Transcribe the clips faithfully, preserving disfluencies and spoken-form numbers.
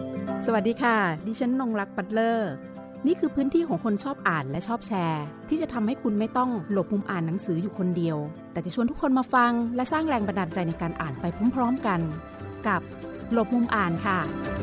สวัสดีค่ะดิฉันนงรักปัตเลอร์นี่คือพื้นที่ของคนชอบอ่านและชอบแชร์ที่จะทำให้คุณไม่ต้องหลบมุมอ่านหนังสืออยู่คนเดียวแต่จะชวนทุกคนมาฟังและสร้างแรงบันดาลใจในการอ่านไปพร้อมๆกันกับหลบมุมอ่านค่ะ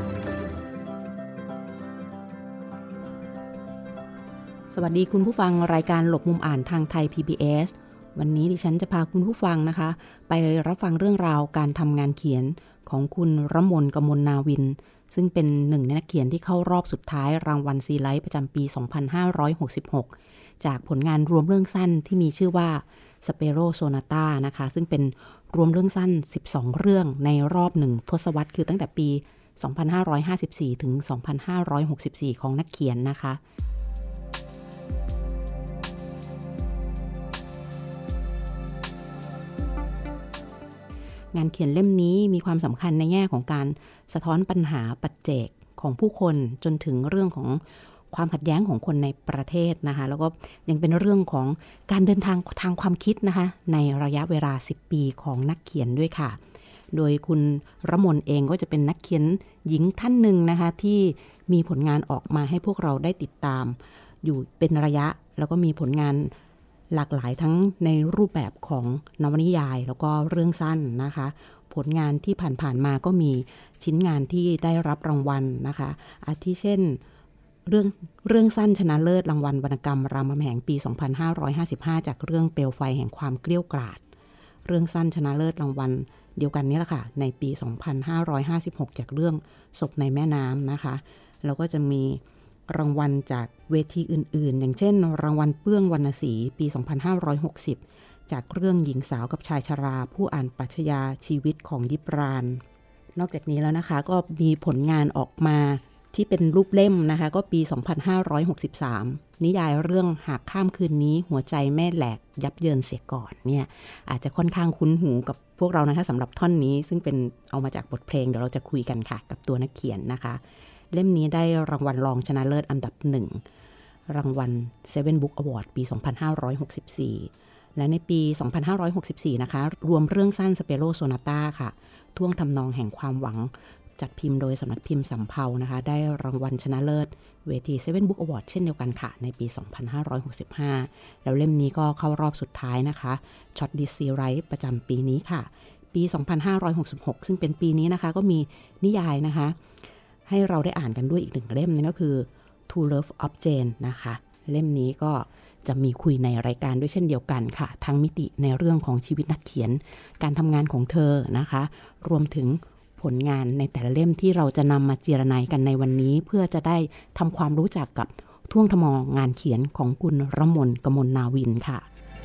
สวัสดีคุณผู้ฟังรายการหลบมุมอ่านทางไทย พี บี เอส วันนี้ดิฉันจะพาคุณผู้ฟังนะคะไปรับฟังเรื่องราวการทำงานเขียนของคุณรมน กมลนาวินซึ่งเป็นหนึ่งในนักเขียนที่เข้ารอบสุดท้ายรางวัลซีไลท์ประจำปี สองพันห้าร้อยหกสิบหก จากผลงานรวมเรื่องสั้นที่มีชื่อว่า Sparrow Sonata นะคะซึ่งเป็นรวมเรื่องสั้นสิบสองเรื่องในรอบหนึ่งทศวรรษคือตั้งแต่ปี สองพันห้าร้อยห้าสิบสี่ ถึง สองพันห้าร้อยหกสิบสี่ ของนักเขียนนะคะงานเขียนเล่มนี้มีความสำคัญในแง่ของการสะท้อนปัญหาปัจเจกของผู้คนจนถึงเรื่องของความขัดแย้งของคนในประเทศนะคะแล้วก็ยังเป็นเรื่องของการเดินทางทางความคิดนะคะในระยะเวลาสิบปีของนักเขียนด้วยค่ะโดยคุณรมนเองก็จะเป็นนักเขียนหญิงท่านหนึ่งนะคะที่มีผลงานออกมาให้พวกเราได้ติดตามอยู่เป็นระยะแล้วก็มีผลงานหลากหลายทั้งในรูปแบบของนวนิยายแล้วก็เรื่องสั้นนะคะผลงานที่ผ่านๆมาก็มีชิ้นงานที่ได้รับรางวัลนะคะอาทิเช่นเรื่องเรื่องสั้นชนะเลิศรางวัลวรรณกรรมรามคำแหงปี สองพันห้าร้อยห้าสิบห้า จากเรื่องเปลวไฟแห่งความเกลี้ยวกราดเรื่องสั้นชนะเลิศรางวัลเดียวกันนี้แหละค่ะในปี สองพันห้าร้อยห้าสิบหก จากเรื่องศพในแม่น้ำนะคะแล้วก็จะมีรางวัลจากเวทีอื่นๆอย่างเช่นรางวัลเปื้องวรรณศรีปี สองพันห้าร้อยหกสิบ จากเรื่องหญิงสาวกับชายชราผู้อ่านปรัชญาชีวิตของยิปรานนอกจากนี้แล้วนะคะก็มีผลงานออกมาที่เป็นรูปเล่มนะคะก็ปี สองพันห้าร้อยหกสิบสาม นิยายเรื่องหากข้ามคืนนี้หัวใจแม่แหลกยับเยินเสียก่อนเนี่ยอาจจะค่อนข้างคุ้นหูกับพวกเรานะคะสำหรับท่อนนี้ซึ่งเป็นเอามาจากบทเพลงเดี๋ยวเราจะคุยกันค่ะกับตัวนักเขียนนะคะเล่มนี้ได้รางวัลรองชนะเลิศอันดับหนึ่งรางวัล Seven Book Award ปี สองพันห้าร้อยหกสิบสี่ และในปี สองพันห้าร้อยหกสิบสี่ นะคะรวมเรื่องสั้น Sparrow Sonata ค่ะท่วงทำนองแห่งความหวังจัดพิมพ์โดยสำนักพิมพ์สำเภานะคะได้รางวัลชนะเลิศเวที Seven Book Award เช่นเดียวกันค่ะในปี สองพันห้าร้อยหกสิบห้า แล้วเล่มนี้ก็เข้ารอบสุดท้ายนะคะ Shortlist Series ประจำปีนี้ค่ะปี สองพันห้าร้อยหกสิบหก ซึ่งเป็นปีนี้นะคะก็มีนิยายนะคะให้เราได้อ่านกันด้วยอีกหนึ่งเล่มนั่นก็คือ To Love of Jane นะคะเล่มนี้ก็จะมีคุยในรายการด้วยเช่นเดียวกันค่ะทั้งมิติในเรื่องของชีวิตนักเขียนการทำงานของเธอนะคะรวมถึงผลงานในแต่ละเล่มที่เราจะนำมาเจรไนกันในวันนี้เพื่อจะได้ทำความรู้จักกับท่วงทำนองงานเขียนของคุณรมน กมลนาวินค่ะ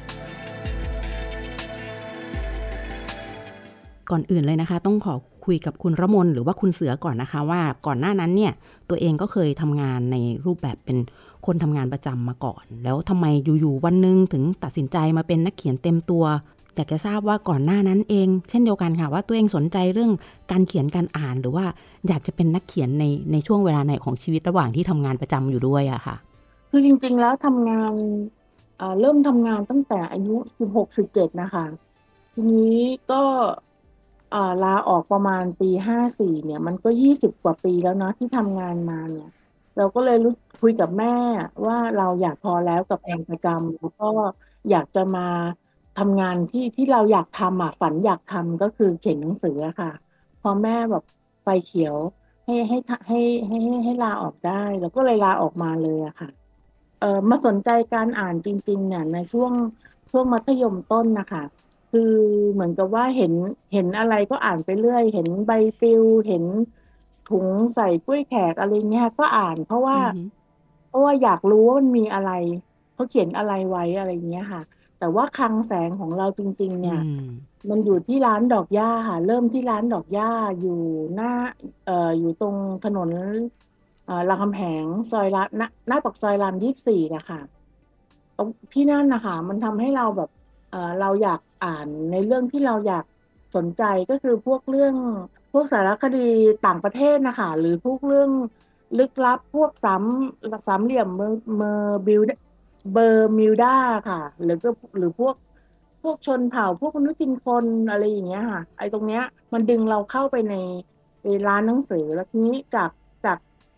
ก่อนอื่นเลยนะคะต้องขอคุยกับคุณรมนหรือว่าคุณเสือก่อนนะคะว่าก่อนหน้านั้นเนี่ยตัวเองก็เคยทำงานในรูปแบบเป็นคนทำงานประจำมาก่อนแล้วทำไมอยู่ๆวันนึงถึงตัดสินใจมาเป็นนักเขียนเต็มตัวอยากจะทราบว่าก่อนหน้านั้นเองเช่นเดียวกันค่ะว่าตัวเองสนใจเรื่องการเขียนการอ่านหรือว่าอยากจะเป็นนักเขียนในในช่วงเวลาไหนของชีวิตระหว่างที่ทำงานประจำอยู่ด้วยอะค่ะคือจริงๆแล้วทำงานเอ่อเริ่มทำงานตั้งแต่อายุสิบหก สิบเจ็ดนะคะทีนี้ก็เอ่อลาออกประมาณปีห้าสี่เนี่ยมันก็ยี่สิบกว่าปีแล้วเนาะที่ทำงานมาเนี่ยเราก็เลยรู้สึกคุยกับแม่ว่าเราอยากพอแล้วกับงานประจำแล้วก็อยากจะมาทำงานที่ที่เราอยากทำอ่ะฝันอยากทำก็คือเขียนหนังสืออะค่ะพอแม่แบบไฟเขียวให้ให้ให้ให้ให้ให้ลาออกได้เราก็เลยลาออกมาเลยอะค่ะ เอ่อมาสนใจการอ่านจริงๆเนี่ยในช่วงช่วงมัธยมต้นนะคะคือเหมือนกับว่าเห็นเห็นอะไรก็อ่านไปเรื่อยเห็นใบปลิวเห็นถุงใส่กล้วยแขกอะไรเงี้ยก็อ่านเพราะว่าอือฮึเพราะว่าอยากรู้ว่ามันมีอะไรเขาเขียนอะไรไว้อะไรเงี้ยค่ะแต่ว่าคลังแสงของเราจริงๆอืเนี่ยมมันอยู่ที่ร้านดอกหญ้าค่ะเริ่มที่ร้านดอกหญ้าอยู่หน้าเอ่ออยู่ตรงถนน เอ่อรามคำแหงซอยละหน้าหน้าปากซอยรามยี่สิบสี่นะคะตรงที่นั่นนะคะมันทำให้เราแบบเอ่อเราอยากอ่านในเรื่องที่เราอยากสนใจก็คือพวกเรื่องพวกสารคดีต่างประเทศนะคะหรือพวกเรื่องลึกลับพวกสามสามเหลี่ยมเมอร์เมอร์บิลเบอร์มิวดาค่ะหรือก็หรือพวกพวกชนเผ่าพวกมนุษย์กินคนอะไรอย่างเงี้ยค่ะไอ้ตรงเนี้ยมันดึงเราเข้าไปในในร้านหนังสือแล้วทีนี้จาก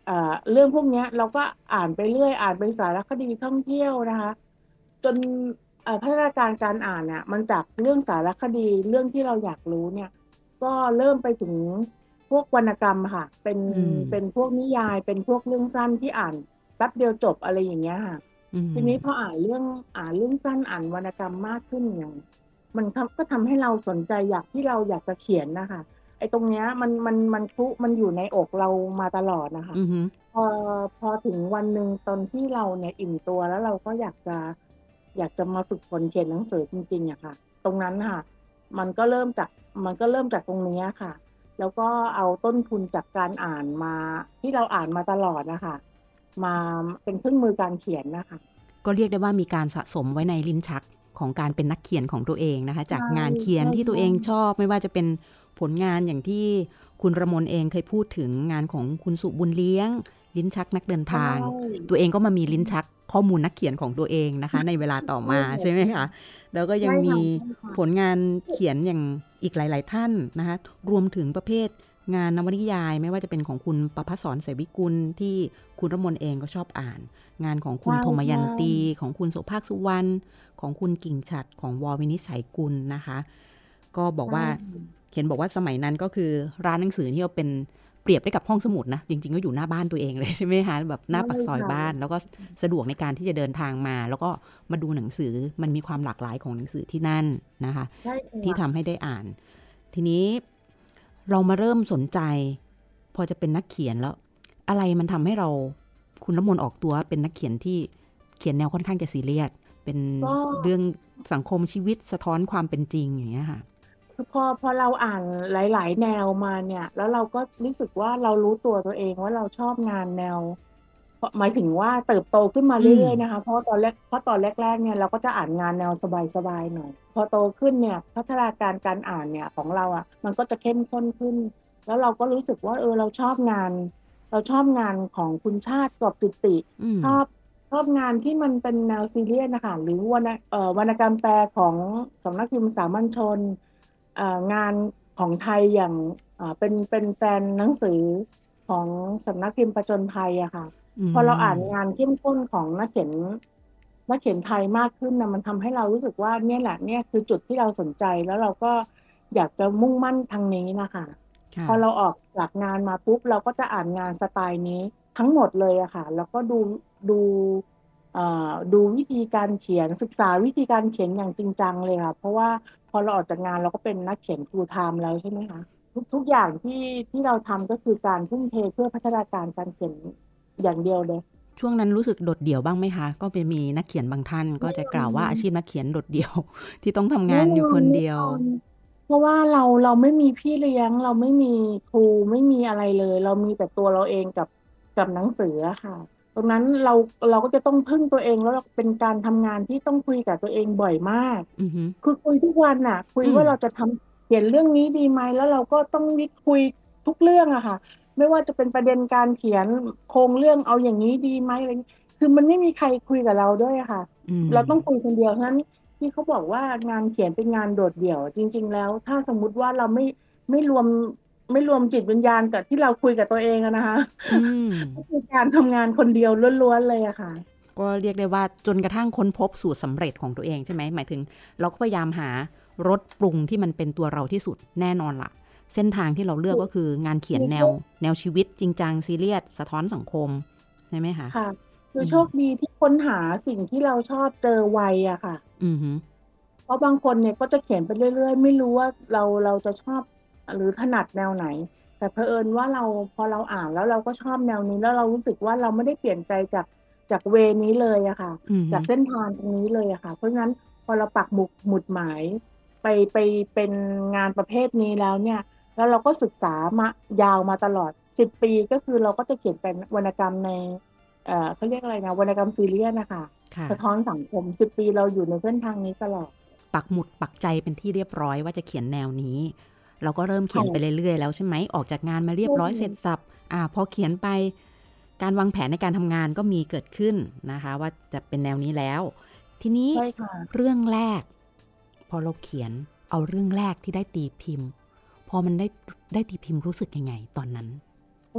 เอ่อเรื่องพวกเนี้ยเราก็อ่านไปเรื่อยอ่านเป็นสารคดีท่องเที่ยวนะคะจนเอ่อพัฒนาการการอ่านเนี่ยมันจากเรื่องสารคดีเรื่องที่เราอยากรู้เนี่ยก็เริ่มไปถึงพวกวรรณกรรมค่ะเป็นอืมเป็นพวกนิยายเป็นพวกเรื่องสั้นที่อ่านแป๊บเดียวจบอะไรอย่างเงี้ยค่ะอืทีนี้พมออ่านเรื่องอ่านเรื่องสั้นอ่านวรรณกรรมมากขึ้นอย่างมันทำก็ทำให้เราสนใจอยากที่เราอยากจะเขียนนะคะไอ้ตรงเนี้ยมันมันมันคุมันอยู่ในอกเรามาตลอดนะคะอืมพอพอถึงวันหนึ่งตอนที่เราเนี่ยอิ่มตัวแล้วเราก็อยากจะอยากจะมาฝึกฝนเขียนหนังสือจริงๆอะค่ะตรงนั้นค่ะมันก็เริ่มจากมันก็เริ่มจากตรงนี้ค่ะแล้วก็เอาต้นทุนจากการอ่านมาที่เราอ่านมาตลอดนะคะมาเป็นเครื่องมือการเขียนนะคะก็เรียกได้ว่ามีการสะสมไว้ในลิ้นชักของการเป็นนักเขียนของตัวเองนะคะจากใช่งานเขียนใช่ที่ตัวเองชอบไม่ว่าจะเป็นผลงานอย่างที่คุณระมนเองเคยพูดถึงงานของคุณสุบุญเลี้ยงลิ้นชักนักเดินใช่ทางตัวเองก็มามีลิ้นชักข้อมูลนักเขียนของตัวเองนะคะในเวลาต่อใช่มาใช่ไหมค่ะคะแล้วก็ยัใช่งมีค่ะใช่ค่ะผลงานเขียนอย่างอีกหลาย ๆ ท่านนะคะรวมถึงประเภทงานนวนิยายไม่ว่าจะเป็นของคุณประภัสสร เสวิกุลที่คุณระมนเองก็ชอบอ่าน งานของคุณใช่ธมยัใช่นตีของคุณโสภาคสุวรรณของคุณกิ่งฉัตรของววินิจฉัยกุลนะคะก็บอกใช่ว่าเห็นบอกว่าสมัยนั้นก็คือร้านหนังสือที่เราเป็นเปรียบได้กับห้องสมุดนะจริงๆก็อยู่หน้าบ้านตัวเองเลยใช่ไหมคะแบบหน้าใช่ปากซอยค่ะบ้านแล้วก็สะดวกในการที่จะเดินทางมาแล้วก็มาดูหนังสือมันมีความหลากหลายของหนังสือที่นั่นนะคะใช่ที่ค่ะทำให้ได้อ่านทีนี้เรามาเริ่มสนใจพอจะเป็นนักเขียนแล้วอะไรมันทำให้เราคุณน้ำมนต์ออกตัวเป็นนักเขียนที่เขียนแนวค่อนข้างจะซีเรียสเป็นก็เรื่องสังคมชีวิตสะท้อนความเป็นจริงอย่างเงี้ยค่ะคือพอพอเราอ่านหลายๆแนวมาเนี่ยแล้วเราก็รู้สึกว่าเรารู้ตัวตัวเองว่าเราชอบงานแนวหมายถึงว่าเติบโตขึ้นมาอืมเรื่อยๆนะคะเพราะว่าตอนแรกเพราะตอนแรกๆเนี่ยเราก็จะอ่านงานแนวสบายๆหน่อยพอโตขึ้นเนี่ยพัฒนาการการอ่านเนี่ยของเราอ่ะมันก็จะเข้มข้นขึ้นแล้วเราก็รู้สึกว่าเออเราชอบงานเราชอบงานของคุณชาติกอบจุติอืมชอบชอบงานที่มันเป็นแนวซีเรียสนะคะหรือวรรณเอ่อวรรณกรรมแปลของสำนักพิมพ์สามัญชน เอ่องานของไทยอย่างเอ่อเป็นเป็นแฟนหนังสือของสำนักพิมพ์ประจนภัยอะค่ะอืพอเราอ่านงานมเข้มข้นของนักเขียนนักเขียนไทยมากขึ้นนะมันทำให้เรารู้สึกว่าเนี่ยแหละเนี่ยคือจุดที่เราสนใจแล้วเราก็อยากจะมุ่งมั่นทางนี้นะคะพค่ะอเราออกจากงานมาปุ๊บเราก็จะอ่านงานสไตล์นี้ทั้งหมดเลยอะค่ะแล้วก็ดูดูเอ่อดูวิธีการเขียนศึกษาวิธีการเขียนอย่างจริงจังเลยค่ะเพราะว่า พอเราออกจากงานเราก็เป็นนักเขียน full time แล้วใช่ไหมคะทุกทุกอย่างที่ที่เราทำก็คือการทุ่มเทเพื่อพัฒนาการการเขียนอย่างเดียวเลยช่วงนั้นรู้สึกโดดเดี่ยวบ้างไหมคะก็ไปมีนักเขียนบางท่านก็แน่จะนอนกล่าวว่าอาชีพนักเขียนโดดเดี่ยวที่ต้องทำงาแน่นอยู่นอนแน่คนเดียวนอนเพราะว่าเราเราไม่มีพี่เลี้ยงเราไม่มีครูไม่มีอะไรเลยเรามีแต่ตัวเราเองกับกับหนังสืออะค่ะตรงนั้นเราเราก็จะต้องพึ่งตัวเองแล้วเราเป็นการทำงานที่ต้องคุยกับตัวเองบ่อยมากอือฮึคือคุยทุกวันน่ะคุยอืมว่าเราจะทำเขียนเรื่องนี้ดีไหมแล้วเราก็ต้องวิคุยทุกเรื่องอะค่ะไม่ว่าจะเป็นประเด็นการเขียนโครงเรื่องเอาอย่างนี้ดีไหมอะไรอย่างนี้คือมันไม่มีใครคุยกับเราด้วยอะค่ะอืมเราต้องคุยคนเดียวฉะนั้นที่เขาบอกว่างานเขียนเป็นงานโดดเดี่ยวจริงๆแล้วถ้าสมมุติว่าเราไม่ไม่รวมไม่รวมจิตวิญญาณกับที่เราคุยกับตัวเองอะนะคะอืมก็คือการทำงานคนเดียวล้วนๆเลยอะค่ะก็เรียกได้ว่าจนกระทั่งค้นพบสูตรสำเร็จของตัวเองใช่ไหมหมายถึงเราก็พยายามหารสปรุงที่มันเป็นตัวเราที่สุดแน่นอนละเส้นทางที่เราเลือกก็คืองานเขียนแนวคือโชคแนวชีวิตจริงจังซีเรียสสะท้อนสังคมใช่ไหมคะค่ะคืออืมโชคดีที่ค้นหาสิ่งที่เราชอบเจอไวอะค่ะอืมฮึเพราะบางคนเนี่ยก็จะเขียนไปเรื่อยๆไม่รู้ว่าเราเราจะชอบหรือถนัดแนวไหนแต่เผอิญว่าเราพอเราอ่านแล้วเราก็ชอบแนวนี้แล้วเรารู้สึกว่าเราไม่ได้เปลี่ยนใจจากจากเวนี้เลยอะค่ะอืมฮึจากเส้นทางตรงนี้เลยอะค่ะเพราะฉะนั้นพอเราปักหมุดหมุดหมายไปไปเป็นงานประเภทนี้แล้วเนี่ยแล้วเราก็ศึกษามายาวมาตลอดสิบปีก็คือเราก็จะเขียนเป็นวรรณกรรมในเอ่อเขาเรียกอะไรนะวรรณกรรมซีเรียสนะคะค่ะสะท้อนสังคมสิบปีเราอยู่ในเส้นทางนี้ตลอดปักหมุดปักใจเป็นที่เรียบร้อยว่าจะเขียนแนวนี้เราก็เริ่มเขียนไปค่ะเรื่อยๆแล้วใช่ไหมออกจากงานมาเรียบใช่ร้อยเสร็จค่ะสับอ่าพอเขียนไปการวางแผนในการทำงานก็มีเกิดขึ้นนะคะว่าจะเป็นแนวนี้แล้วทีนี้ใช่ค่ะเรื่องแรกพอเราเขียนเอาเรื่องแรกที่ได้ตีพิมพ์พอมันได้ได้ตีพิมพ์รู้สึกยังไงตอนนั้นโอ้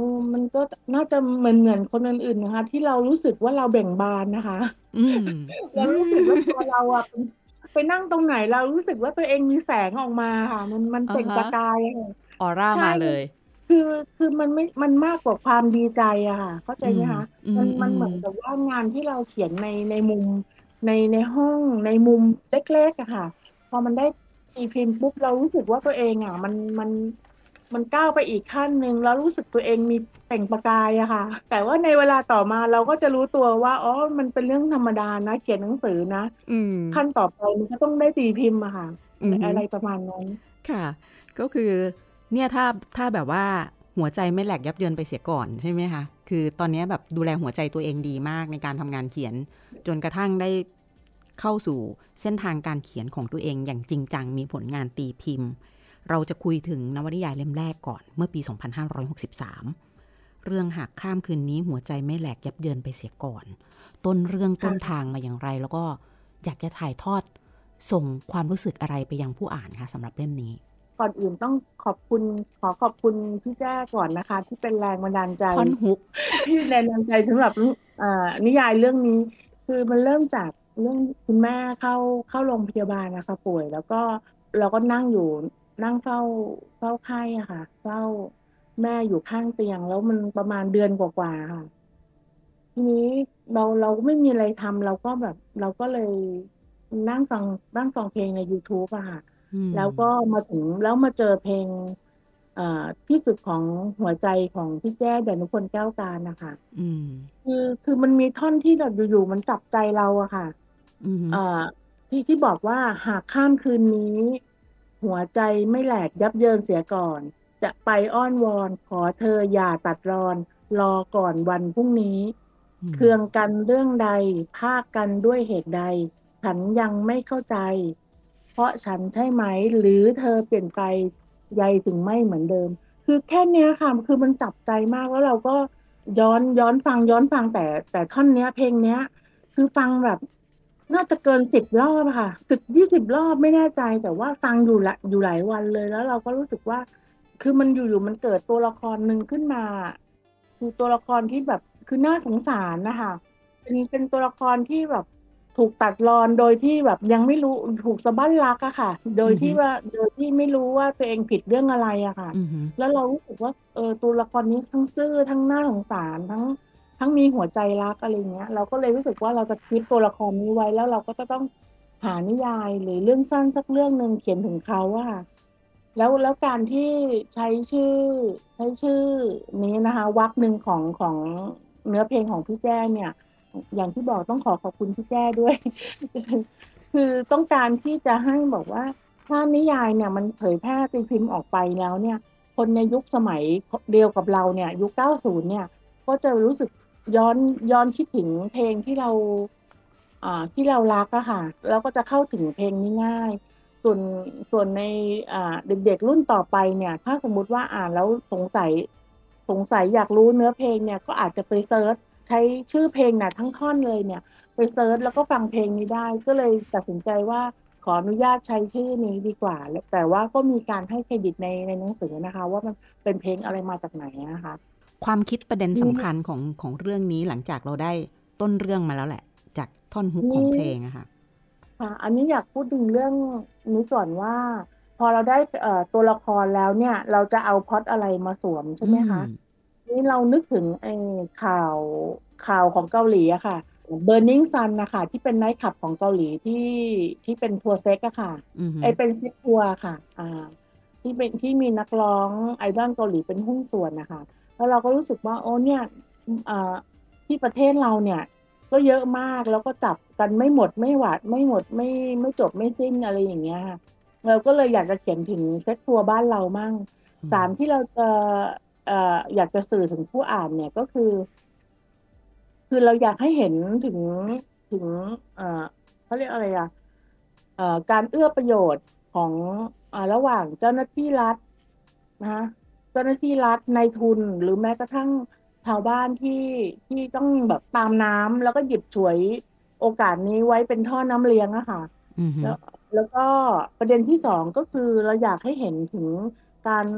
เออมันก็น่าจะเหมือนเหมือนคนอื่นๆนะคะที่เรารู้สึกว่าเราเบ่งบานนะคะอืมเรารู้สึกว่าตัวเราอะเป็นไปนั่งตรงไหนเรารู้สึกว่าตัวเองมีแสงออกมาค่ะมันมันอ่าฮะเปล่งประกายอะค่ะออร่าใช่มันมาเลยคือคือมันไม่มันมากกว่าความดีใจอะค่ะเข้าใจอืมไหมคะอืมันมันเหมอืมมือนกับว่างานที่เราเขียนในในมุมในในห้องในมุมเล็กๆอะค่ะพอมันได้ตีพิมพ์ปุ๊บเรารู้สึกว่าตัวเองอะมันมันมันก้าวไปอีกขั้นหนึ่งแล้วรู้สึกตัวเองมีเปล่งประกายอะค่ะแต่ว่าในเวลาต่อมาเราก็จะรู้ตัวว่าอ๋อมันเป็นเรื่องธรรมดานะเขียนหนังสือนะอืมขั้นต่อไปมันก็ต้องได้ตีพิมพ์อะค่ะอะอืมไรอะไรประมาณนั้นค่ะก็คือเนี่ยถ้าถ้าแบบว่าหัวใจไม่แหลกยับเยินไปเสียก่อนใช่ไหมคะคือตอนนี้แบบดูแลหัวใจตัวเองดีมากในการทำงานเขียนจนกระทั่งได้เข้าสู่เส้นทางการเขียนของตัวเองอย่างจริงจังมีผลงานตีพิมพ์เราจะคุยถึงนวนิยายเล่มแรกก่อนเมื่อปีสองพันห้าร้อยหกสิบสามเรื่องหากข้ามคืนนี้หัวใจไม่แหลกยับเยินไปเสียก่อนต้นเรื่องต้นค่ะทางมาอย่างไรแล้วก็อยากจะถ่ายทอดส่งความรู้สึกอะไรไปยังผู้อ่านคะสำหรับเล่มนี้ก่อนอื่นต้องขอบคุณขอขอบคุณพี่แจ้ก่อนนะคะที่เป็นแรงบันดาลใจท่อนฮุกที่แรงบันดาลใจสำหรับเอ่อนิยายเรื่องนี้คือมันเริ่มจากเรื่องคุณแม่เข้าเข้าโรงพยาบาลนะคะป่วยแล้วก็เราก็นั่งอยู่นั่งเฝ้าเฝ้าไข้อะค่ะเฝ้าแม่อยู่ข้างเตียงแล้วมันประมาณเดือนกว่าๆค่ะ ทีนี้เราเราไม่มีอะไรทำเราก็แบบเราก็เลยนั่งฟังนั่งฟังเพลงใน ยูทูบ อะค่ะอืมแล้วก็มาถึงแล้วมาเจอเพลงเอ่อที่สุดของหัวใจของพี่แจ้ดนุพลแก้วกาญนะคะอืมคือคือมันมีท่อนที่แบบอยู่ๆมันจับใจเราอะค่ะอืมเอ่อที่ที่บอกว่าหากข้ามคืนนี้หัวใจไม่แหลกยับเยินเสียก่อนจะไปอ้อนวอนขอเธออย่าตัดรอนรอก่อนวันพรุ่งนี้อืมเคืองกันเรื่องใดพากกันด้วยเหตุใดฉันยังไม่เข้าใจเพราะฉันใช่ไหมหรือเธอเปลี่ยนไปใยถึงไม่เหมือนเดิมคือแค่เนี้ยค่ะคือมันจับใจมากแล้วเราก็ย้อนย้อนฟังย้อนฟังแต่แต่ท่อนเนี้ยเพลงเนี้ยคือฟังแบบน่าจะเกินสิบรอบอะค่ะสิบยี่สิบรอบไม่แน่ใจแต่ว่าฟังอยู่ละอยู่หลายวันเลยแล้วเราก็รู้สึกว่าคือมันอยู่ๆมันเกิดตัวละครหนึ่งขึ้นมา คือตัวละครที่แบบคือน่าสงสารนะคะเป็นเป็นตัวละครที่แบบถูกตัดรอนโดยที่แบบยังไม่รู้ถูกสะบั้นรักอะค่ะโดอืยที่ว่ามโดยที่ไม่รู้ว่าตัวเองผิดเรื่องอะไรอะค่ะอืมแล้วเรารู้สึกว่าเออตัวละครนี้ทั้งซื่อทั้งน่าสงสารทั้งทั้งมีหัวใจรักอะไรเงี้ยเราก็เลยรู้สึกว่าเราจะคีปตัวละครนี้ไว้แล้วเราก็จะต้องหานิยายหรือเรื่องสั้นสักเรื่องหนึ่งเขียนถึงเขาอะค่ะ แล้วแล้วการที่ใช้ชื่อใช้ชื่อนี้นะคะวรรคหนึ่งของของเนื้อเพลงของพี่แจ้เนี่ยอย่างที่บอกต้องขอขอบคุณพี่แจ้ด้วยคือต้องการที่จะให้บอกว่าถ้านิยายเนี่ยมันเผยแพร่ตีพิมพ์ออกไปแล้วเนี่ยคนในยุคสมัยเดียวกับเราเนี่ยยุคเก้าสิบเนี่ยก็จะรู้สึกย้อนย้อนคิดถึงเพลงที่เราอ่าที่เรารักอะค่ะแล้วก็จะเข้าถึงเพลงนี้ง่าย ส่วนส่วนในอ่าเด็กๆรุ่นต่อไปเนี่ยถ้าสมมุติว่าอ่านแล้วสงสัยสงสัยอยากรู้เนื้อเพลงเนี่ยก็อาจจะไปเซิร์ชใช้ชื่อเพลงน่ะทั้งท่อนเลยเนี่ยไปเซิร์ชแล้วก็ฟังเพลงนี้ได้ก็เลยตัดสินใจว่าขออนุญาตใช้ชื่อนี้ดีกว่าแต่ว่าก็มีการให้เครดิตในในหนังสือนะคะว่ามันเป็นเพลงอะไรมาจากไหนนะคะความคิดประเด็นนี่สำคัญของของเรื่องนี้หลังจากเราได้ต้นเรื่องมาแล้วแหละจากท่อนฮุกของนี่เพลงอะค่ะค่ะอันนี้อยากพูดถึงเรื่องนี้ก่อนว่าพอเราได้เอ่อตัวละครแล้วเนี่ยเราจะเอาพล็อตอะไรมาสวมใช่อืมไหมคะนี่เรานึกถึงไอ้ข่าวข่าวของเกาหลีอะค่ะ Burning Sun นะคะที่เป็นไนท์คลับของเกาหลีที่ที่เป็นทัวร์เซ็กอะค่ะอืมไอเป็นเซ็กทัวร์ค่ะอ่าที่เป็นที่มีนักร้องไอดอลเกาหลีเป็นหุ้นส่วนนะคะแล้วเราก็รู้สึกว่าโอ้เนี่ยอ่าที่ประเทศเราเนี่ย ก็เยอะมากแล้วก็จับกันไม่หมดไม่หวาดไม่หมดไม่ไม่จบไม่สิ้นอะไรอย่างเงี้ยค่ะเราก็เลยอยากจะเขียนถึงเซ็กทัวร์บ้านเรามั่งอืมสารที่เราจะเอ่ออยากจะสื่อถึงผู้อ่านเนี่ยก็คือคือเราอยากให้เห็นถึงถึงเอ่อเขาเรียกอะไรอ่ะเอ่อการเอื้อประโยชน์ของอ่าระหว่างเจ้าหน้าที่รัฐนะคะเจ้าหน้าที่รัฐนายทุนหรือแม้กระทั่ง ชาวบ้านที่ที่ต้องแบบตามน้ำแล้วก็หยิบฉวยโอกาสนี้ไว้เป็นท่อน้ำเลี้ยงอะค่ะอืมแล้วแล้วก็ประเด็นที่สองก็คือเราอยากให้เห็นถึงการ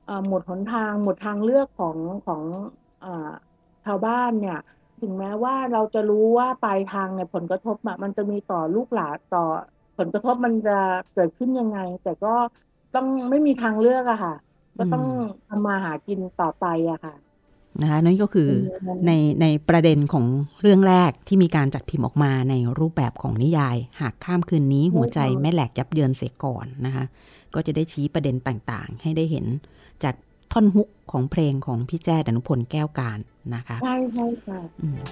เอ่อหมดหนทางหมดทางเลือกของของเอ่อชาวบ้านเนี่ยถึงแม้ว่าเราจะรู้ว่าปลายทางเนี่ยผลกระทบอะมันจะมีต่อลูกหลานต่อผลกระทบมันจะเกิดขึ้นยังไงแต่ก็ต้องไม่มีทางเลือกอะค่ะก็อืต้องมทำมาหากินต่อไปอะค่ะนะคะนั่นก็คือเป็นอย่างนั้นในในประเด็นของเรื่องแรกที่มีการจัดพิมพ์ออกมาในรูปแบบของนิยายหากข้ามคืนนี้หัวใจใช่ค่ะไม่แหลกยับเยินเสียก่อนนะคะก็จะได้ชี้ประเด็นต่างๆให้ได้เห็นจากท่อนฮุกของเพลงของพี่แจ้ดนุพลแก้วการนะคะใช่ใช่ค่ะอืม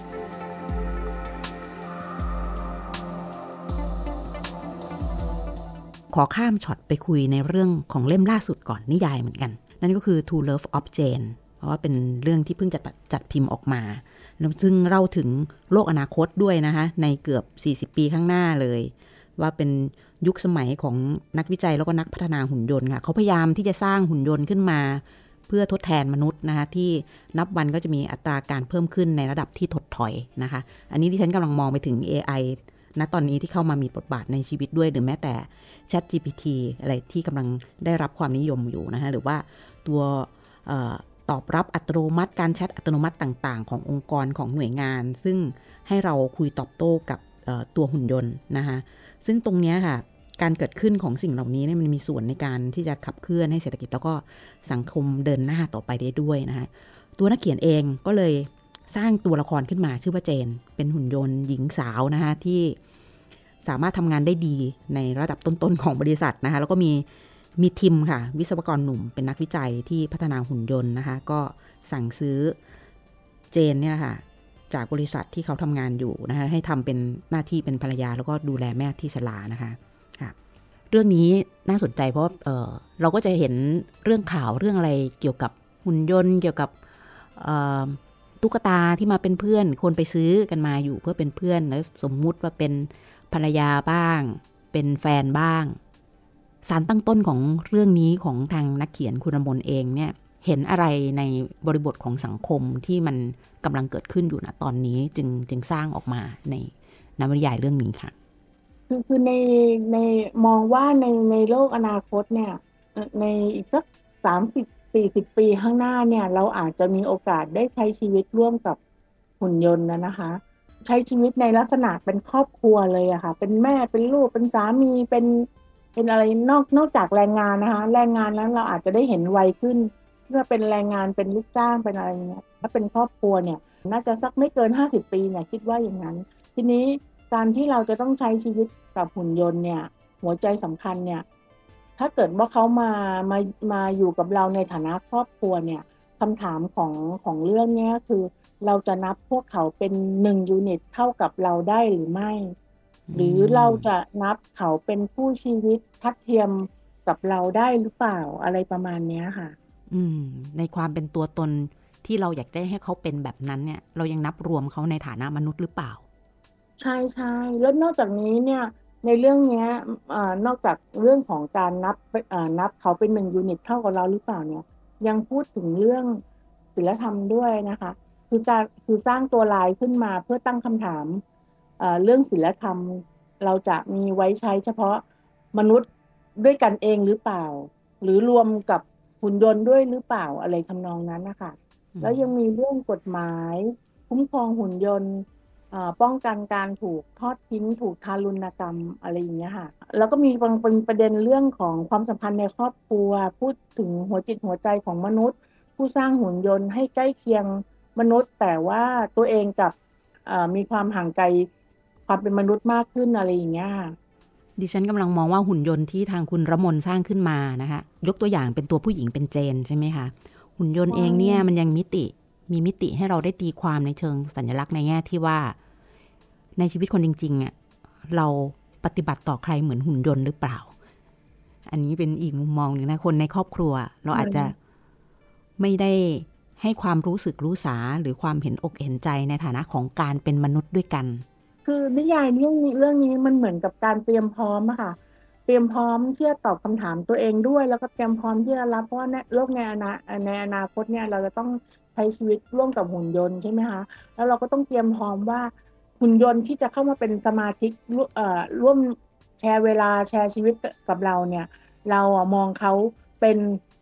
ขอข้ามช็อตไปคุยในเรื่องของเล่มล่าสุดก่อนนิยายเหมือนกันนั่นก็คือ To Love of Jane เพราะว่าเป็นเรื่องที่เพิ่งจะจัดพิมพ์ออกมาซึ่งเล่าถึงโลกอนาคตด้วยนะคะในเกือบสี่สิบปีข้างหน้าเลยว่าเป็นยุคสมัยของนักวิจัยแล้วก็นักพัฒนาหุ่นยนต์ค่ะเขาพยายามที่จะสร้างหุ่นยนต์ขึ้นมาเพื่อทดแทนมนุษย์นะคะที่นับวันก็จะมีอัตราการเพิ่มขึ้นในระดับที่ถดถอยนะคะอันนี้ที่ฉันกำลังมองไปถึง เอ ไอ ณตอนนี้ที่เข้ามามีบทบาทในชีวิตด้วยหรือแม้แต่ Chat จี พี ที อะไรที่กำลังได้รับความนิยมอยู่นะคะหรือว่าตัวตอบรับอัตโนมัติการแชทอัตโนมัติต่างๆขององค์กรของหน่วยงานซึ่งให้เราคุยตอบโต้กับตัวหุ่นยนต์นะคะซึ่งตรงนี้ค่ะการเกิดขึ้นของสิ่งเหล่านี้เนี่ยมันมีส่วนในการที่จะขับเคลื่อนให้เศรษฐกิจแล้วก็สังคมเดินหน้าต่อไปได้ด้วยนะคะตัวนักเขียนเองก็เลยสร้างตัวละครขึ้นมาชื่อว่าเจนเป็นหุ่นยนต์หญิงสาวนะคะที่สามารถทำงานได้ดีในระดับต้นๆของบริษัทนะคะแล้วก็มีมีทีมค่ะวิศวกรหนุ่มเป็นนักวิจัยที่พัฒนาหุ่นยนต์นะคะก็สั่งซื้อเจนเนี่ยนะคะจากบริษัทที่เขาทำงานอยู่นะคะให้ทำเป็นหน้าที่เป็นภรรยาแล้วก็ดูแลแม่ที่ชรานะคะค่ะเรื่องนี้น่าสนใจเพราะเอ่อเราก็จะเห็นเรื่องข่าวเรื่องอะไรเกี่ยวกับหุ่นยนต์เกี่ยวกับตุ๊กตาที่มาเป็นเพื่อนคนไปซื้อกันมาอยู่เพื่อเป็นเพื่อนแล้วสมมุติว่าเป็นภรรยาบ้างเป็นแฟนบ้างสารตั้งต้นของเรื่องนี้ของทางนักเขียนคุณรมนเองเนี่ยเห็นอะไรในบริบทของสังคมที่มันกำลังเกิดขึ้นอยู่ณตอนนี้จึงจึงสร้างออกมาในนวนิยายเรื่องนี้ค่ะคือคือในในมองว่าในในโลกอนาคตเนี่ยในอีกสักสามสิบสี่สิบปีข้างหน้าเนี่ยเราอาจจะมีโอกาสได้ใช้ชีวิตร่วมกับหุ่นยนต์นะนะคะใช้ชีวิตในลักษณะเป็นครอบครัวเลยอะค่ะเป็นแม่เป็นลูกเป็นสามีเป็นเป็นอะไรนอกนอกจากแรงงานนะคะแรงงานนั้นเราอาจจะได้เห็นไวขึ้นเมื่อเป็นแรงงานเป็นลูกจ้างเป็นอะไรเงี้ยถ้าเป็นครอบครัวเนี่ยน่าจะสักไม่เกินห้าสิบปีเนี่ยคิดว่าอย่างนั้นทีนี้การที่เราจะต้องใช้ชีวิตกับหุ่นยนต์เนี่ยหัวใจสำคัญเนี่ยถ้าเกิดว่าเขามามามาอยู่กับเราในฐานะครอบครัวเนี่ยคำถามของของเรื่องนี้คือเราจะนับพวกเขาเป็นหนึ่งยูนิตเท่ากับเราได้หรือไม่หรือเราจะนับเขาเป็นผู้ชีวิตทัดเทียมกับเราได้หรือเปล่าอะไรประมาณนี้ค่ะอืมในความเป็นตัวตนที่เราอยากได้ให้เขาเป็นแบบนั้นเนี่ยเรายังนับรวมเขาในฐานะมนุษย์หรือเปล่าใช่ๆแล้วนอกจากนี้เนี่ยในเรื่องเนี้ยเอ่อนอกจากเรื่องของการนับเอ่อนับเขาเป็นหนึ่งยูนิตเท่ากับเราหรือเปล่าเนี่ยยังพูดถึงเรื่องศีลธรรมด้วยนะคะคือการคือสร้างตัวลายขึ้นมาเพื่อตั้งคำถามเอ่อเรื่องศีลธรรมเราจะมีไว้ใช้เฉพาะมนุษย์ด้วยกันเองหรือเปล่าหรือรวมกับหุ่นยนต์ด้วยหรือเปล่าอะไรทำนองนั้นน่ะค่ะแล้วยังมีเรื่องกฎหมายคุ้มครองหุ่นยนต์ ป้องกันการถูกทอดทิ้งถูกทารุณกรรมอะไรอย่างเงี้ยค่ะแล้วก็มีบางเป็นประเด็นเรื่องของความสัมพันธ์ในครอบครัวพูดถึงหัวจิตหัวใจของมนุษย์ผู้สร้างหุ่นยนต์ให้ใกล้เคียงมนุษย์แต่ว่าตัวเองกับมีความห่างไกลความเป็นมนุษย์มากขึ้นอะไรอย่างเงี้ยดิฉันกำลังมองว่าหุ่นยนต์ที่ทางคุณรมนสร้างขึ้นมานะคะยกตัวอย่างเป็นตัวผู้หญิงเป็นเจนใช่ไหมคะหุ่นยนต์เองเนี่ยมันยังมิติมีมิติให้เราได้ตีความในเชิงสัญลักษณ์ในแง่ที่ว่าในชีวิตคนจริงๆอ่ะเราปฏิบัติต่อใครเหมือนหุ่นยนต์หรือเปล่าอันนี้เป็นอีกมุมมองหนึ่งนะคนในครอบครัวเราอาจจะไม่ได้ให้ความรู้สึกรู้สาหรือความเห็นอกเห็นใจในฐานะของการเป็นมนุษย์ด้วยกันคือนิยายเรื่องนี้เรื่องนี้มันเหมือนกับการเตรียมพร้อมอะค่ะเตรียมพร้อมที่จะตอบคำถามตัวเองด้วยแล้วก็เตรียมพร้อมที่จะรับเพราะว่าในโลกในอนาในอนาคตเนี่ยเราจะต้องใช้ชีวิตร่วมกับหุ่นยนต์ใช่ไหมคะแล้วเราก็ต้องเตรียมพร้อมว่าหุ่นยนต์ที่จะเข้ามาเป็นสมาชิกเอ่อร่วมแชร์เวลาแชร์ชีวิตกับเราเนี่ยเราอะมองเขาเป็น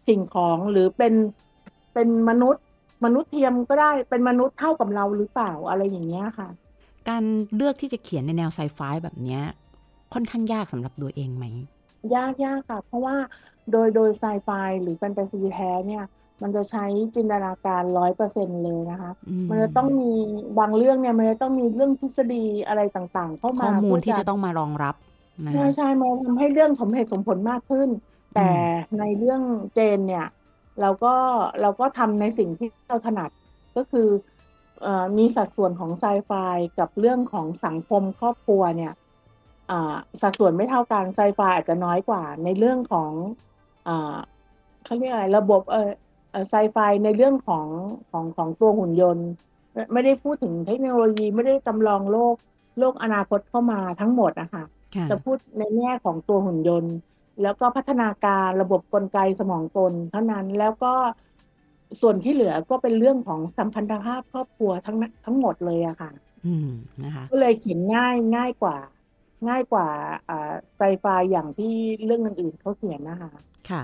สิ่งของหรือเป็นเป็นมนุษย์มนุษย์เทียมก็ได้เป็นมนุษย์เท่ากับเราหรือเปล่าอะไรอย่างเงี้ยค่ะการเลือกที่จะเขียนในแนวไซไฟแบบเนี้ยค่อนข้างยากสำหรับตัวเองไหมยากยากค่ะเพราะว่าโดยโดยไซไฟหรือแฟนตาซีแท้เนี่ยมันจะใช้จินตนาการร้อยเปอร์เซ็นต์เลยนะคะอืมันจะต้องมมีบางเรื่องเนี่ยมันจะต้องมีเรื่องทฤษฎีอะไรต่างๆเข้าข้อมาเพื่อจะมูลที่จะต้องมารองรับนะใช่คะใช่มันทำให้เรื่องสมเหตุสมผลมากขึ้นแต่อืมในเรื่องเจนเนี่ยเราก็เราก็ทำในสิ่งที่เราถนัดก็คือเอ่อมีสัดส่วนของไซไฟกับเรื่องของสังคมครอบครัวเนี่ยอ่าสัดส่วนไม่เท่ากันไซไฟอาจจะน้อยกว่าในเรื่องของอ่าเขาเรียกอะไรระบบเออเอ่อไซไฟในเรื่องของของของตัวหุ่นยนต์ไม่ไม่ได้พูดถึงเทคโนโลยีไม่ได้จำลองโลกโลกอนาคตเข้ามาทั้งหมดนะคะค่ะจะพูดในแง่ของตัวหุ่นยนต์แล้วก็พัฒนาการระบบกลไกสมองกลเท่านั้นแล้วก็ส่วนที่เหลือก็เป็นเรื่องของสัมพันธภาพครอบครัวทั้งนั้นทั้งหมดเลยอะค่ะอืมนะคะก็เลยเขียนง่ายง่ายกว่าง่ายกว่าอ่าไซไฟอย่างที่เรื่องอื่นๆเขาเขียนนะคะค่ะ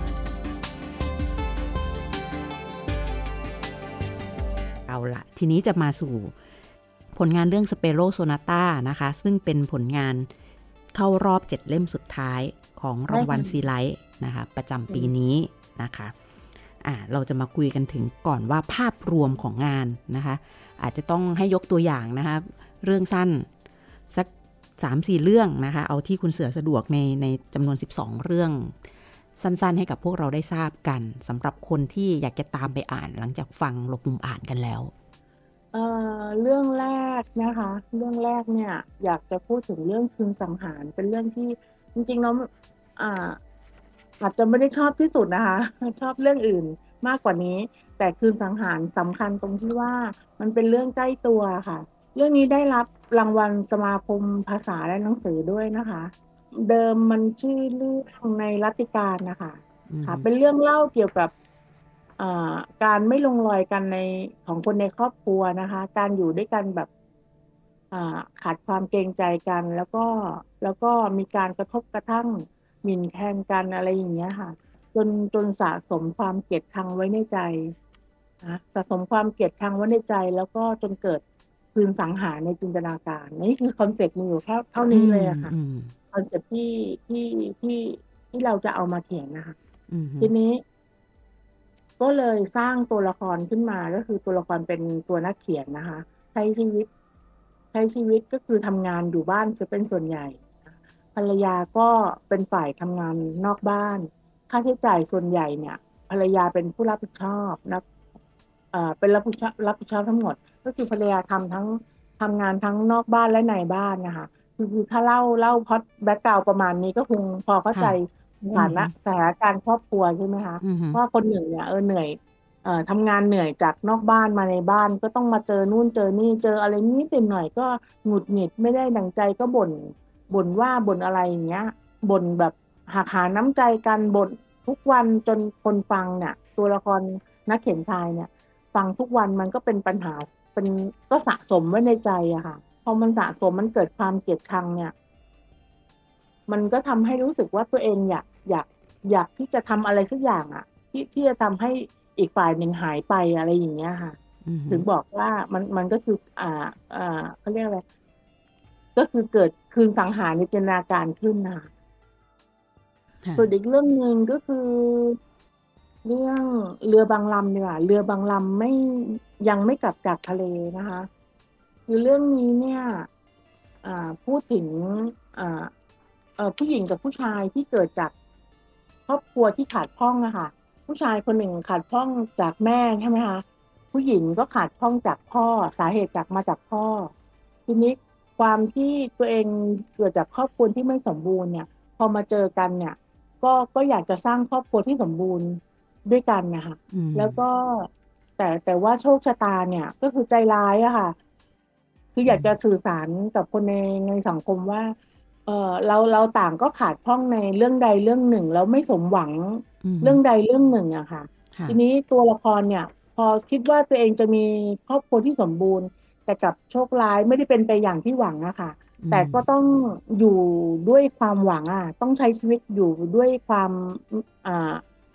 เอาละทีนี้จะมาสู่ผลงานเรื่อง Sparrow Sonata นะคะซึ่งเป็นผลงานเข้ารอบเจ็ดเล่มสุดท้ายของรางวัลซีไลท์นะคะประจำปีนี้นะคะอ่าเราจะมาคุยกันถึงก่อนว่าภาพรวมของงานนะคะอาจจะต้องให้ยกตัวอย่างนะคะเรื่องสั้นสัก สามสี่ เรื่องนะคะเอาที่คุณเสือสะดวกในในจำนวนสิบสองเรื่องสั้นๆให้กับพวกเราได้ทราบกันสำหรับคนที่อยากจะตามไปอ่านหลังจากฟังหลบมุมอ่านกันแล้วเอ่อเรื่องแรกนะคะเรื่องแรกเนี่ยอยากจะพูดถึงเรื่องคืนสังหารเป็นเรื่องที่จริงๆแล้วอ่า อาจจะไม่ได้ชอบที่สุดนะคะชอบเรื่องอื่นมากกว่านี้แต่คืนสังหารสำคัญตรงที่ว่ามันเป็นเรื่องใกล้ตัวค่ะเรื่องนี้ได้รับรางวัลสมาคมภาษาและหนังสือด้วยนะคะเดิมมันชื่อเรื่องในรัตติการนะคะอืมค่ะเป็นเรื่องเล่าเกี่ยวกับอ่าการไม่ลงรอยกันในของคนในครอบครัวนะคะการอยู่ด้วยกันแบบอ่าขาดความเกรงใจกันแล้วก็แล้วก็มีการกระทบกระทั่ง หมิ่นแทนกันอะไรอย่างเงี้ยค่ะจนจนสะสมความเกลียดชังไว้ในใจนะสะสมความเกลียดชังไว้ในใจแล้วก็จนเกิดคืนสังหารในจินตนาการนี่คือคอนเซ็ปต์มีอยู่แค่เท่าอืนี้เลมยอะค่ะอืมคอนเซ็ปต์ที่ที่ที่ที่เราจะเอามาเขียนนะคะอืมทีนี้ก็เลยสร้างตัวละครขึ้นมาก็คือตัวละครเป็นตัวนักเขียนนะคะใช้ชีวิตใช้ชีวิตก็คือทำงานอยู่บ้านจะเป็นส่วนใหญ่ ภรรยาก็เป็นฝ่ายทำงานนอกบ้านค่าใช้จ่ายส่วนใหญ่เนี่ยภรรยาเป็นผู้รับผิดชอบนะเอ่อเป็นรับผิดชอบรับผิดชอบทั้งหมดก็คือภรรยาทำทั้งทำงานทั้งนอกบ้านและในบ้านนะคะคือคือถ้าเล่าเล่าพล็อตแบ็กกราวด์ประมาณนี้ก็คงพอเข้าใจค่ะสถาอืมนะสถานการณ์ครอบครัวใช่ไหมคะอืมว่าคนหนึ่งเนี่ยเออเหนื่อยเอ่อทำงานเหนื่อยจากนอกบ้านมาในบ้านก็ต้องมาเจอนู่นเจอนี่เจออะไรนิดหน่อยก็หงุดหงิดไม่ได้ดั่งใจก็บ่น บ่นว่าบ่นอะไรอย่างเงี้ยบ่นแบบหักหาน้ำใจกันบ่นทุกวันจนคนฟังเนี่ยตัวละครนักเขียนชายเนี่ยฟังทุกวันมันก็เป็นปัญหาเป็นก็สะสมไว้ในใจอะค่ะพอมันสะสมมันเกิดความเกลียดชังเนี่ยมันก็ทำให้รู้สึกว่าตัวเองอยากอยากอยากที่จะทำอะไรสักอย่างอะที่ที่จะทำให้อีกฝ่ายหนึ่งหายไปอะไรอย่างเงี้ยค่ะอืมถึงบอกว่ามันมันก็คืออ่าอ่าเขาเรียกอะไร ก็คือเกิดคืนสังหารในจินตนาการขึ้นน่ะส่วนค่ะอีกเรื่องหนึ่งก็คือเรื่องเรือบางลำดีกว่าเรือบางลำไม่ยังไม่กลับจากทะเลนะคะคือเรื่องนี้เนี่ยอ่าพูดถึงอ่าเอ่อผู้หญิงกับผู้ชายที่เกิดจากครอบครัวที่ขาดพ่องอะค่ะผู้ชายคนหนึ่งขาดพ่องจากแม่ใช่ไหมคะผู้หญิงก็ขาดพ่องจากพ่อสาเหตุจากมาจากพ่อทีนี้ความที่ตัวเองเกิดจากครอบครัวที่ไม่สมบูรณ์เนี่ยพอมาเจอกันเนี่ย ก็ก็อยากจะสร้างครอบครัวที่สมบูรณ์ด้วยกันน่ะค่ะอืมแล้วก็แต่แต่ว่าโชคชะตาเนี่ยก็คือใจร้ายอะค่ะคืออืมอยากจะสื่อสารกับคนในในสังคมว่าเอ่อเราเราต่างก็ขาดพร่องในเรื่องใดเรื่องหนึ่งแล้วไม่สมหวังอืมเรื่องใดเรื่องหนึ่งอะค่ะค่ะทีนี้ตัวละครเนี่ยพอคิดว่าตัวเองจะมีครอบครัวที่สมบูรณ์แต่กลับโชคร้ายไม่ได้เป็นไปอย่างที่หวังอะค่ะ แต่อืมก็ต้องอยู่ด้วยความหวังอ่ะต้องใช้ชีวิตอยู่ด้วยความอ่าเขา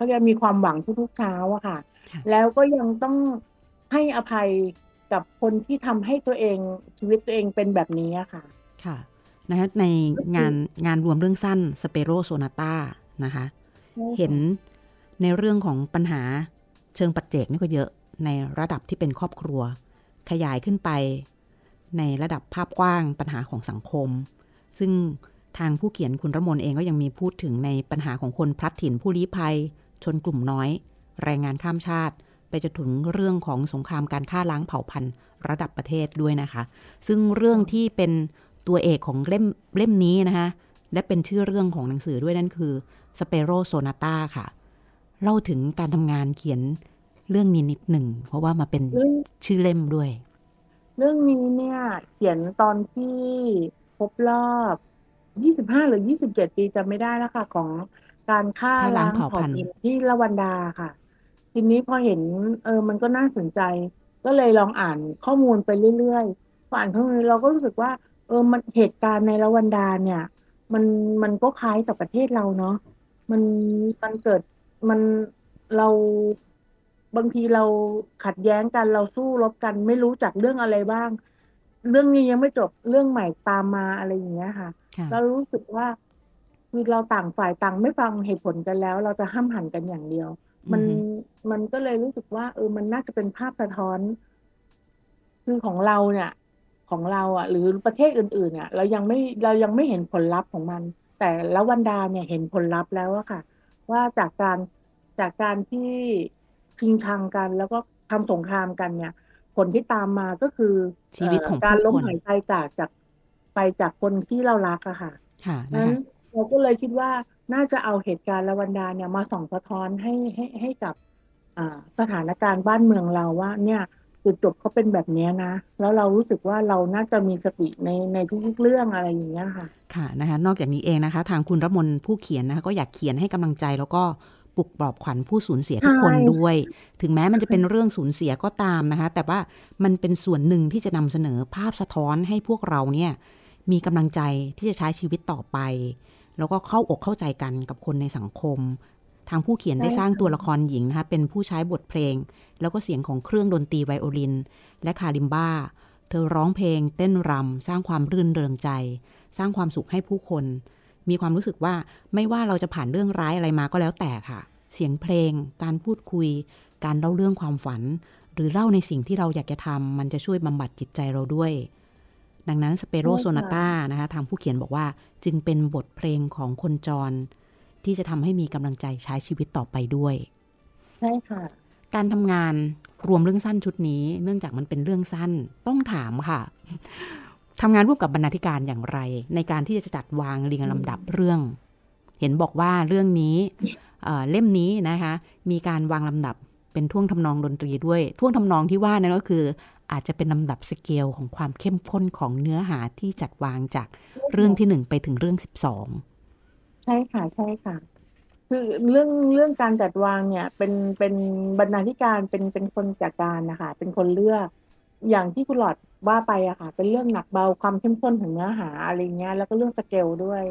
เขาจะมีความหวังทุกๆเช้าอะค่ะแล้วก็ยังต้องให้อภัยกับคนที่ทำให้ตัวเองชีวิตตัวเองเป็นแบบนี้อะค่ะค่ะนะคะในงานงานรวมเรื่องสั้น Spero Sonata นะคะเห็นในเรื่องของปัญหาเชิงปัจเจกนี่ก็เยอะในระดับที่เป็นครอบครัวขยายขึ้นไปในระดับภาพกว้างปัญหาของสังคมซึ่งทางผู้เขียนคุณระมนเองก็ยังมีพูดถึงในปัญหาของคนพลัดถิ่นผู้ลี้ภัยชนกลุ่มน้อยแรงงานข้ามชาติไปจนถึงเรื่องของสงครามการฆ่าล้างเผ่าพันธุ์ระดับประเทศด้วยนะคะซึ่งเรื่องที่เป็นตัวเอกของเล่มเล่มนี้นะคะและเป็นชื่อเรื่องของหนังสือด้วยนั่นคือ Spero Sonata ค่ะเล่าถึงการทำงานเขียนเรื่องนี้นิดหนึ่งเพราะว่ามาเป็นชื่อเล่มด้วยเรื่องนี้เนี่ยเขียนตอนที่ครบรอบยี่สิบห้าหรือยี่สิบเจ็ดปีจำไม่ได้แล้วค่ะของการฆ่าล้างเผ่าพันธุ์ที่ละวันดาค่ะทีนี้พอเห็นเออมันก็น่าสนใจก็เลยลองอ่านข้อมูลไปเรื่อยๆพออ่านข้อมูลเราก็รู้สึกว่าเออมันเหตุการณ์ในละวันดาเนี่ยมันมันก็คล้ายกับประเทศเราเนาะมันมันเกิดมันเราบางทีเราขัดแย้งกันเราสู้รบกันไม่รู้จักเรื่องอะไรบ้างเรื่องนี้ยังไม่จบเรื่องใหม่ตามมาอะไรอย่างเงี้ยค่ะเรารู้สึกว่าคือเราต่างฝ่ายต่างไม่ฟังเหตุผลกันแล้วเราจะห้ามหันกันอย่างเดียวมันมันก็เลยรู้สึกว่าเออมันน่าจะเป็นภาพสะท้อนคือของเราเนี่ยของเราอ่ะหรือประเทศอื่นๆเนี่ยเรายังไม่เรายังไม่เห็นผลลัพธ์ของมันแต่ละวันดาเนี่ยเห็นผลลัพธ์แล้วอะค่ะว่าจากการจากการที่ชิงชังกันแล้วก็ทำสงครามกันเนี่ยผลที่ตามมาก็คือชีวิตของการล้มผู้คนหายใจจากจากไปจากคนที่เรารักอะค่ะค่ะนั้นเราก็เลยคิดว่าน่าจะเอาเหตุการณ์ละวันดาเนี่ยมาส่องสะท้อนให้ให้ให้กับสถานการณ์บ้านเมืองเราว่าเนี่ยจุดจบเขาเป็นแบบนี้นะแล้วเรารู้สึกว่าเราน่าจะมีสติในในทุกๆเรื่องอะไรอย่างเงี้ยค่ะค่ะนะคะนอกจากนี้เองนะคะทางคุณรมนผู้เขียนนะคะก็อยากเขียนให้กำลังใจแล้วก็ปลุกปลอบขวัญผู้สูญเสียทุกคนด้วยถึงแม้มันจะเป็นเรื่องสูญเสียก็ตามนะคะแต่ว่ามันเป็นส่วนหนึ่งที่จะนำเสนอภาพสะท้อนให้พวกเราเนี่ยมีกำลังใจที่จะใช้ชีวิตต่อไปแล้วก็เข้าอกเข้าใจกันกับคนในสังคมทางผู้เขียนได้สร้างตัวละครหญิงนะคะเป็นผู้ใช้บทเพลงแล้วก็เสียงของเครื่องดนตรีไวโอลินและคาลิมบ้าเธอร้องเพลงเต้นรำสร้างความรื่นเริงใจสร้างความสุขให้ผู้คนมีความรู้สึกว่าไม่ว่าเราจะผ่านเรื่องร้ายอะไรมาก็แล้วแต่ค่ะเสียงเพลงการพูดคุยการเล่าเรื่องความฝันหรือเล่าในสิ่งที่เราอยากจะทำมันจะช่วยบำบัดจิตใจเราด้วยดังนั้นสเปโรโซนาต้านะคะทางผู้เขียนบอกว่าจึงเป็นบทเพลงของคนจรที่จะทำให้มีกำลังใจใช้ชีวิตต่อไปด้วยใช่ค่ะการทำงานรวมเรื่องสั้นชุดนี้เนื่องจากมันเป็นเรื่องสั้นต้องถามค่ะทำงานร่วมกับบรรณาธิการอย่างไรในการที่จะจัดวางเรียงลำดับเรื่องเห็นบอกว่าเรื่องนี้เอ่อเล่มนี้นะคะมีการวางลำดับเป็นท่วงทำนองดนตรีด้วยท่วงทำนองที่ว่านั่นก็คืออาจจะเป็นลำดับสเกลของความเข้มข้นของเนื้อหาที่จัดวางจากเรื่องที่หนึ่งไปถึงเรื่องสิบสองใช่ค่ะใช่ค่ะคือเรื่องเรื่องการจัดวางเนี่ยเป็นเป็นบรรณาธิการเป็นเป็นคนจัดการนะคะเป็นคนเลือกอย่างที่คุณหลอดว่าไปอะค่ะเป็นเรื่องหนักเบาความเข้มข้นของเนื้อหาอะไรเงี้ยแล้วก็เรื่องสเกลด้วย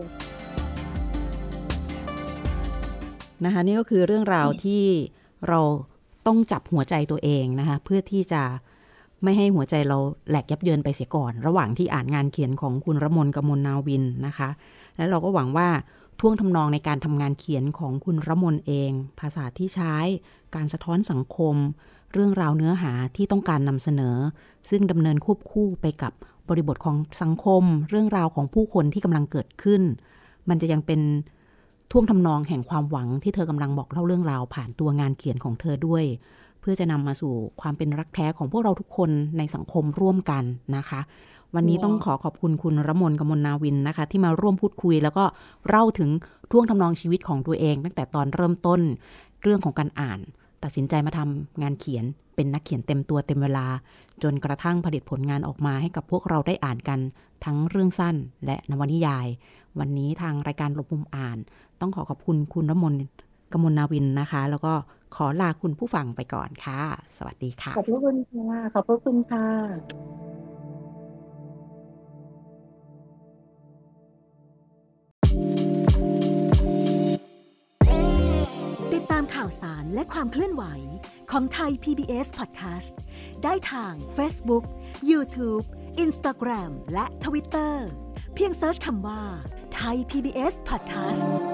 นะคะนี่ก็คือเรื่องราวที่เราต้องจับหัวใจตัวเองนะคะเพื่อที่จะไม่ให้หัวใจเราแหลกยับเยินไปเสียก่อนระหว่างที่อ่านงานเขียนของคุณรมน กมลนาวินนะคะและเราก็หวังว่าท่วงทำนองในการทำงานเขียนของคุณรมนเองภาษาที่ใช้การสะท้อนสังคมเรื่องราวเนื้อหาที่ต้องการนำเสนอซึ่งดำเนินควบคู่ไปกับบริบทของสังคมเรื่องราวของผู้คนที่กำลังเกิดขึ้นมันจะยังเป็นท่วงทำนองแห่งความหวังที่เธอกำลังบอกเล่าเรื่องราวผ่านตัวงานเขียนของเธอด้วยเพื่อจะนำมาสู่ความเป็นรักแท้ของพวกเราทุกคนในสังคมร่วมกันนะคะวันนี้ต้องขอขอบคุณคุณรมน กมลนาวินนะคะที่มาร่วมพูดคุยแล้วก็เล่าถึงท่วงทำนองชีวิตของตัวเองตั้งแต่ตอนเริ่มต้นเรื่องของการอ่านตัดสินใจมาทำงานเขียนเป็นนักเขียนเต็มตัวเต็มเวลาจนกระทั่งผลิตผลงานออกมาให้กับพวกเราได้อ่านกันทั้งเรื่องสั้นและนวนิยายวันนี้ทางรายการหลบมุมอ่านต้องขอขอบคุณคุณรมน กมลนาวินนะคะแล้วก็ขอลาคุณผู้ฟังไปก่อนค่ะสวัสดีค่ะขอบคุณค่ะขอบคุณค่ะติดตามข่าวสารและความเคลื่อนไหวของไทย พี บี เอส Podcast ได้ทาง Facebook, YouTube, Instagram และ Twitter เพียงเสิร์ชคำว่า Thai พี บี เอส Podcast